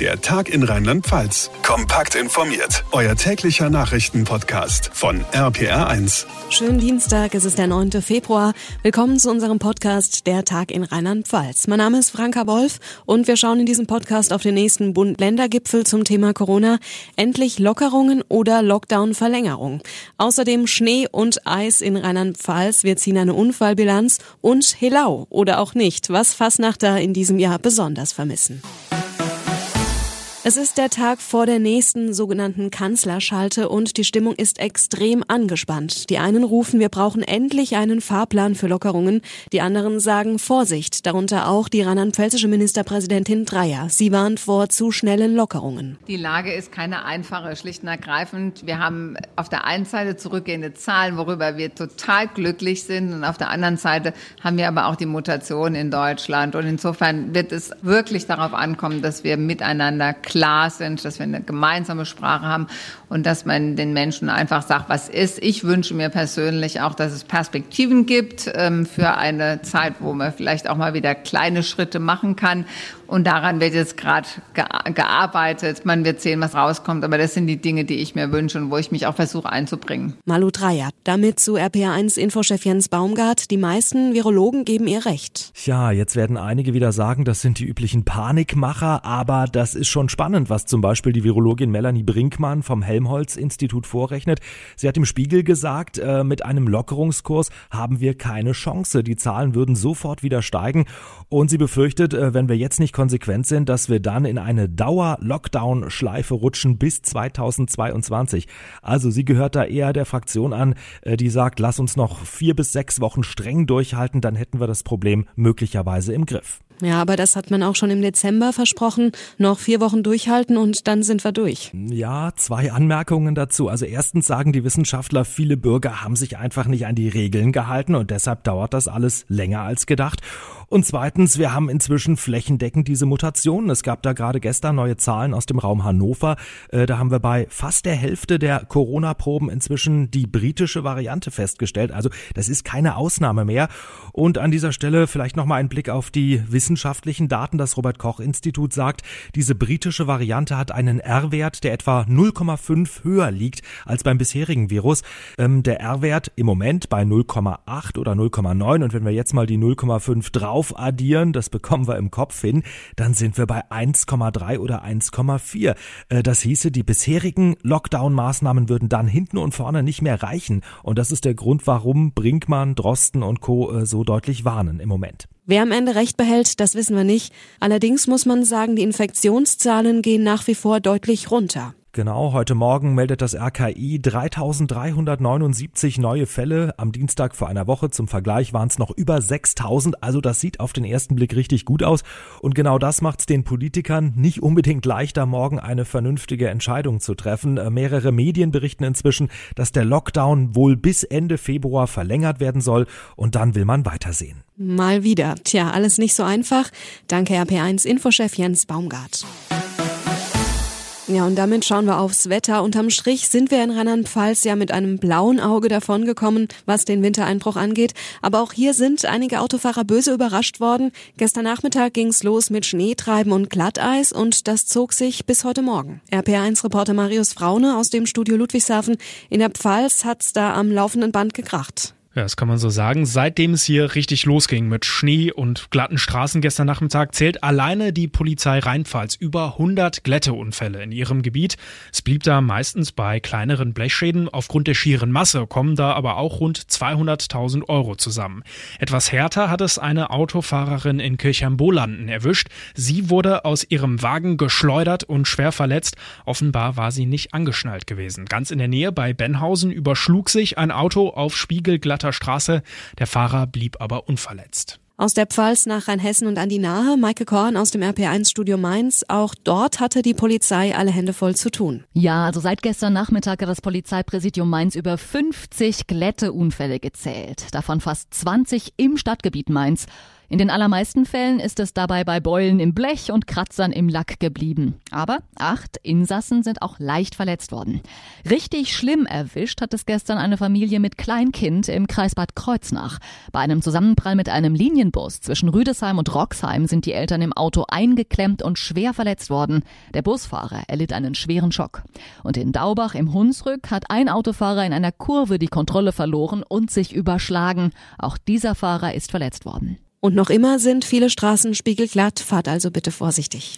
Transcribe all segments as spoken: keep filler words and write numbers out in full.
Der Tag in Rheinland-Pfalz. Kompakt informiert. Euer täglicher Nachrichtenpodcast von R P R eins. Schönen Dienstag, es ist der neunte Februar. Willkommen zu unserem Podcast Der Tag in Rheinland-Pfalz. Mein Name ist Franka Wolf und wir schauen in diesem Podcast auf den nächsten Bund-Länder-Gipfel zum Thema Corona. Endlich Lockerungen oder Lockdown-Verlängerung. Außerdem Schnee und Eis in Rheinland-Pfalz. Wir ziehen eine Unfallbilanz und Helau oder auch nicht, was Fasnachter in diesem Jahr besonders vermissen. Es ist der Tag vor der nächsten sogenannten Kanzlerschalte und die Stimmung ist extrem angespannt. Die einen rufen, wir brauchen endlich einen Fahrplan für Lockerungen. Die anderen sagen Vorsicht, darunter auch die rheinland-pfälzische Ministerpräsidentin Dreyer. Sie warnt vor zu schnellen Lockerungen. Die Lage ist keine einfache, schlicht und ergreifend. Wir haben auf der einen Seite zurückgehende Zahlen, worüber wir total glücklich sind. Und auf der anderen Seite haben wir aber auch die Mutation in Deutschland. Und insofern wird es wirklich darauf ankommen, dass wir miteinander klar sind, dass wir eine gemeinsame Sprache haben und dass man den Menschen einfach sagt, was ist. Ich wünsche mir persönlich auch, dass es Perspektiven gibt ähm, für eine Zeit, wo man vielleicht auch mal wieder kleine Schritte machen kann. Und daran wird jetzt gerade ge- gearbeitet. Man wird sehen, was rauskommt. Aber das sind die Dinge, die ich mir wünsche und wo ich mich auch versuche einzubringen. Malu Dreyer, damit zu R P R eins Infochef Jens Baumgart. Die meisten Virologen geben ihr Recht. Tja, jetzt werden einige wieder sagen, das sind die üblichen Panikmacher. Aber das ist schon spannend, was zum Beispiel die Virologin Melanie Brinkmann vom Helmholtz-Institut vorrechnet. Sie hat im Spiegel gesagt, äh, mit einem Lockerungskurs haben wir keine Chance. Die Zahlen würden sofort wieder steigen. Und sie befürchtet, äh, wenn wir jetzt nicht konsequent sind, dass wir dann in eine Dauer-Lockdown-Schleife rutschen bis zweitausendzweiundzwanzig. Also sie gehört da eher der Fraktion an, die sagt, lass uns noch vier bis sechs Wochen streng durchhalten, dann hätten wir das Problem möglicherweise im Griff. Ja, aber das hat man auch schon im Dezember versprochen. Noch vier Wochen durchhalten und dann sind wir durch. Ja, zwei Anmerkungen dazu. Also erstens sagen die Wissenschaftler, viele Bürger haben sich einfach nicht an die Regeln gehalten und deshalb dauert das alles länger als gedacht. Und zweitens, wir haben inzwischen flächendeckend diese Mutationen. Es gab da gerade gestern neue Zahlen aus dem Raum Hannover. Äh, da haben wir bei fast der Hälfte der Corona-Proben inzwischen die britische Variante festgestellt. Also das ist keine Ausnahme mehr. Und an dieser Stelle vielleicht nochmal ein Blick auf die wissenschaftlichen Daten. Das Robert-Koch-Institut sagt, diese britische Variante hat einen R-Wert, der etwa null Komma fünf höher liegt als beim bisherigen Virus. Ähm, der R-Wert im Moment bei null Komma acht oder null Komma neun. Und wenn wir jetzt mal die null Komma fünf drauf addieren, das bekommen wir im Kopf hin, dann sind wir bei eins Komma drei oder eins Komma vier. Das hieße, die bisherigen Lockdown-Maßnahmen würden dann hinten und vorne nicht mehr reichen. Und das ist der Grund, warum Brinkmann, Drosten und Co. so deutlich warnen im Moment. Wer am Ende recht behält, das wissen wir nicht. Allerdings muss man sagen, die Infektionszahlen gehen nach wie vor deutlich runter. Genau, heute Morgen meldet das R K I dreitausenddreihundertneunundsiebzig neue Fälle. Am Dienstag vor einer Woche zum Vergleich waren es noch über sechstausend. Also das sieht auf den ersten Blick richtig gut aus. Und genau das macht es den Politikern nicht unbedingt leichter, morgen eine vernünftige Entscheidung zu treffen. Mehrere Medien berichten inzwischen, dass der Lockdown wohl bis Ende Februar verlängert werden soll. Und dann will man weitersehen. Mal wieder. Tja, alles nicht so einfach. Danke R P eins Infochef Jens Baumgart. Ja, und damit schauen wir aufs Wetter. Unterm Strich sind wir in Rheinland-Pfalz ja mit einem blauen Auge davongekommen, was den Wintereinbruch angeht. Aber auch hier sind einige Autofahrer böse überrascht worden. Gestern Nachmittag ging's los mit Schneetreiben und Glatteis und das zog sich bis heute Morgen. R P R eins Reporter Marius Fraune aus dem Studio Ludwigshafen. In der Pfalz hat's da am laufenden Band gekracht. Ja, das kann man so sagen. Seitdem es hier richtig losging mit Schnee und glatten Straßen gestern Nachmittag, zählt alleine die Polizei Rheinpfalz über hundert Glätteunfälle in ihrem Gebiet. Es blieb da meistens bei kleineren Blechschäden. Aufgrund der schieren Masse kommen da aber auch rund zweihunderttausend Euro zusammen. Etwas härter hat es eine Autofahrerin in Kirchheim-Bolanden erwischt. Sie wurde aus ihrem Wagen geschleudert und schwer verletzt. Offenbar war sie nicht angeschnallt gewesen. Ganz in der Nähe bei Benhausen überschlug sich ein Auto auf spiegelglatter Straße. Der Fahrer blieb aber unverletzt. Aus der Pfalz nach Rheinhessen und an die Nahe, Maike Korn aus dem R P R eins Studio Mainz. Auch dort hatte die Polizei alle Hände voll zu tun. Ja, also seit gestern Nachmittag hat das Polizeipräsidium Mainz über fünfzig Glätteunfälle gezählt. Davon fast zwanzig im Stadtgebiet Mainz. In den allermeisten Fällen ist es dabei bei Beulen im Blech und Kratzern im Lack geblieben. Aber acht Insassen sind auch leicht verletzt worden. Richtig schlimm erwischt hat es gestern eine Familie mit Kleinkind im Kreis Bad Kreuznach. Bei einem Zusammenprall mit einem Linienbus zwischen Rüdesheim und Roxheim sind die Eltern im Auto eingeklemmt und schwer verletzt worden. Der Busfahrer erlitt einen schweren Schock. Und in Daubach im Hunsrück hat ein Autofahrer in einer Kurve die Kontrolle verloren und sich überschlagen. Auch dieser Fahrer ist verletzt worden. Und noch immer sind viele Straßen spiegelglatt. Fahrt also bitte vorsichtig.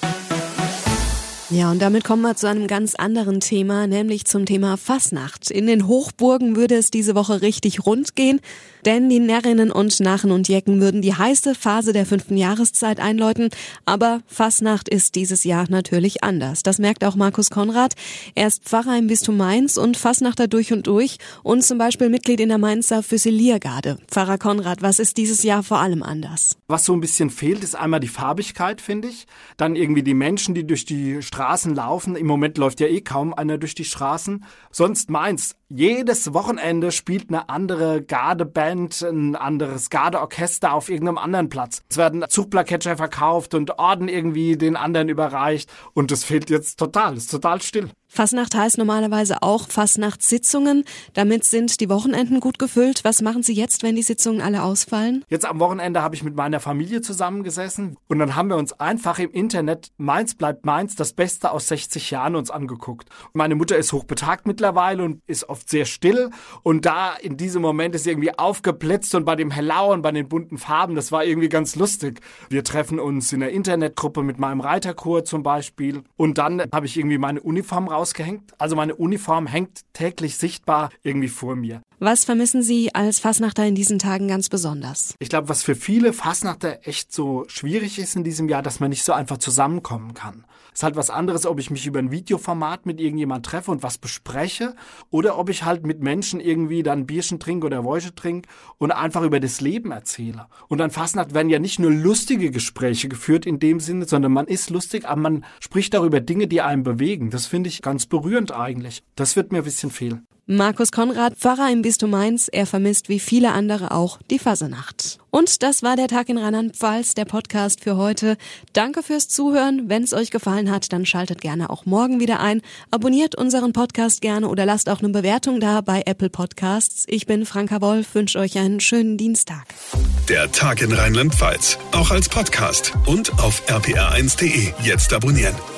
Ja, und damit kommen wir zu einem ganz anderen Thema, nämlich zum Thema Fasnacht. In den Hochburgen würde es diese Woche richtig rund gehen, denn die Närrinnen und Narren und Jecken würden die heiße Phase der fünften Jahreszeit einläuten. Aber Fasnacht ist dieses Jahr natürlich anders. Das merkt auch Markus Konrad. Er ist Pfarrer im Bistum Mainz und Fasnachter durch und durch und zum Beispiel Mitglied in der Mainzer Füsiliergarde. Pfarrer Konrad, was ist dieses Jahr vor allem anders? Was so ein bisschen fehlt, ist einmal die Farbigkeit, finde ich. Dann irgendwie die Menschen, die durch die Straßen laufen. Im Moment läuft ja eh kaum einer durch die Straßen. Sonst Mainz. Jedes Wochenende spielt eine andere Gardeband, ein anderes Gardeorchester auf irgendeinem anderen Platz. Es werden Zugplakette verkauft und Orden irgendwie den anderen überreicht. Und das fehlt jetzt total. Es ist total still. Fasnacht heißt normalerweise auch Fasnachtssitzungen. Damit sind die Wochenenden gut gefüllt. Was machen Sie jetzt, wenn die Sitzungen alle ausfallen? Jetzt am Wochenende habe ich mit meiner Familie zusammengesessen und dann haben wir uns einfach im Internet Mainz bleibt Mainz, das Beste aus sechzig Jahren uns angeguckt. Meine Mutter ist hochbetagt mittlerweile und ist oft sehr still und da in diesem Moment ist irgendwie aufgeblitzt und bei dem Hellau und bei den bunten Farben, das war irgendwie ganz lustig. Wir treffen uns in der Internetgruppe mit meinem Reiterchor zum Beispiel und dann habe ich irgendwie meine Uniform raus Ausgehängt. Also meine Uniform hängt täglich sichtbar irgendwie vor mir. Was vermissen Sie als Fasnachter in diesen Tagen ganz besonders? Ich glaube, was für viele Fasnachter echt so schwierig ist in diesem Jahr, dass man nicht so einfach zusammenkommen kann. Es ist halt was anderes, ob ich mich über ein Videoformat mit irgendjemand treffe und was bespreche oder ob ich halt mit Menschen irgendwie dann ein Bierchen trinke oder Wäusche trinke und einfach über das Leben erzähle. Und an Fasnacht werden ja nicht nur lustige Gespräche geführt in dem Sinne, sondern man ist lustig, aber man spricht darüber Dinge, die einen bewegen. Das finde ich ganz berührend eigentlich. Das wird mir ein bisschen fehlen. Markus Konrad, Pfarrer im Bistum Mainz, er vermisst wie viele andere auch die Fasnacht. Und das war der Tag in Rheinland-Pfalz, der Podcast für heute. Danke fürs Zuhören. Wenn es euch gefallen hat, dann schaltet gerne auch morgen wieder ein. Abonniert unseren Podcast gerne oder lasst auch eine Bewertung da bei Apple Podcasts. Ich bin Franka Wolf, wünsche euch einen schönen Dienstag. Der Tag in Rheinland-Pfalz, auch als Podcast und auf r p r eins punkt d e. Jetzt abonnieren.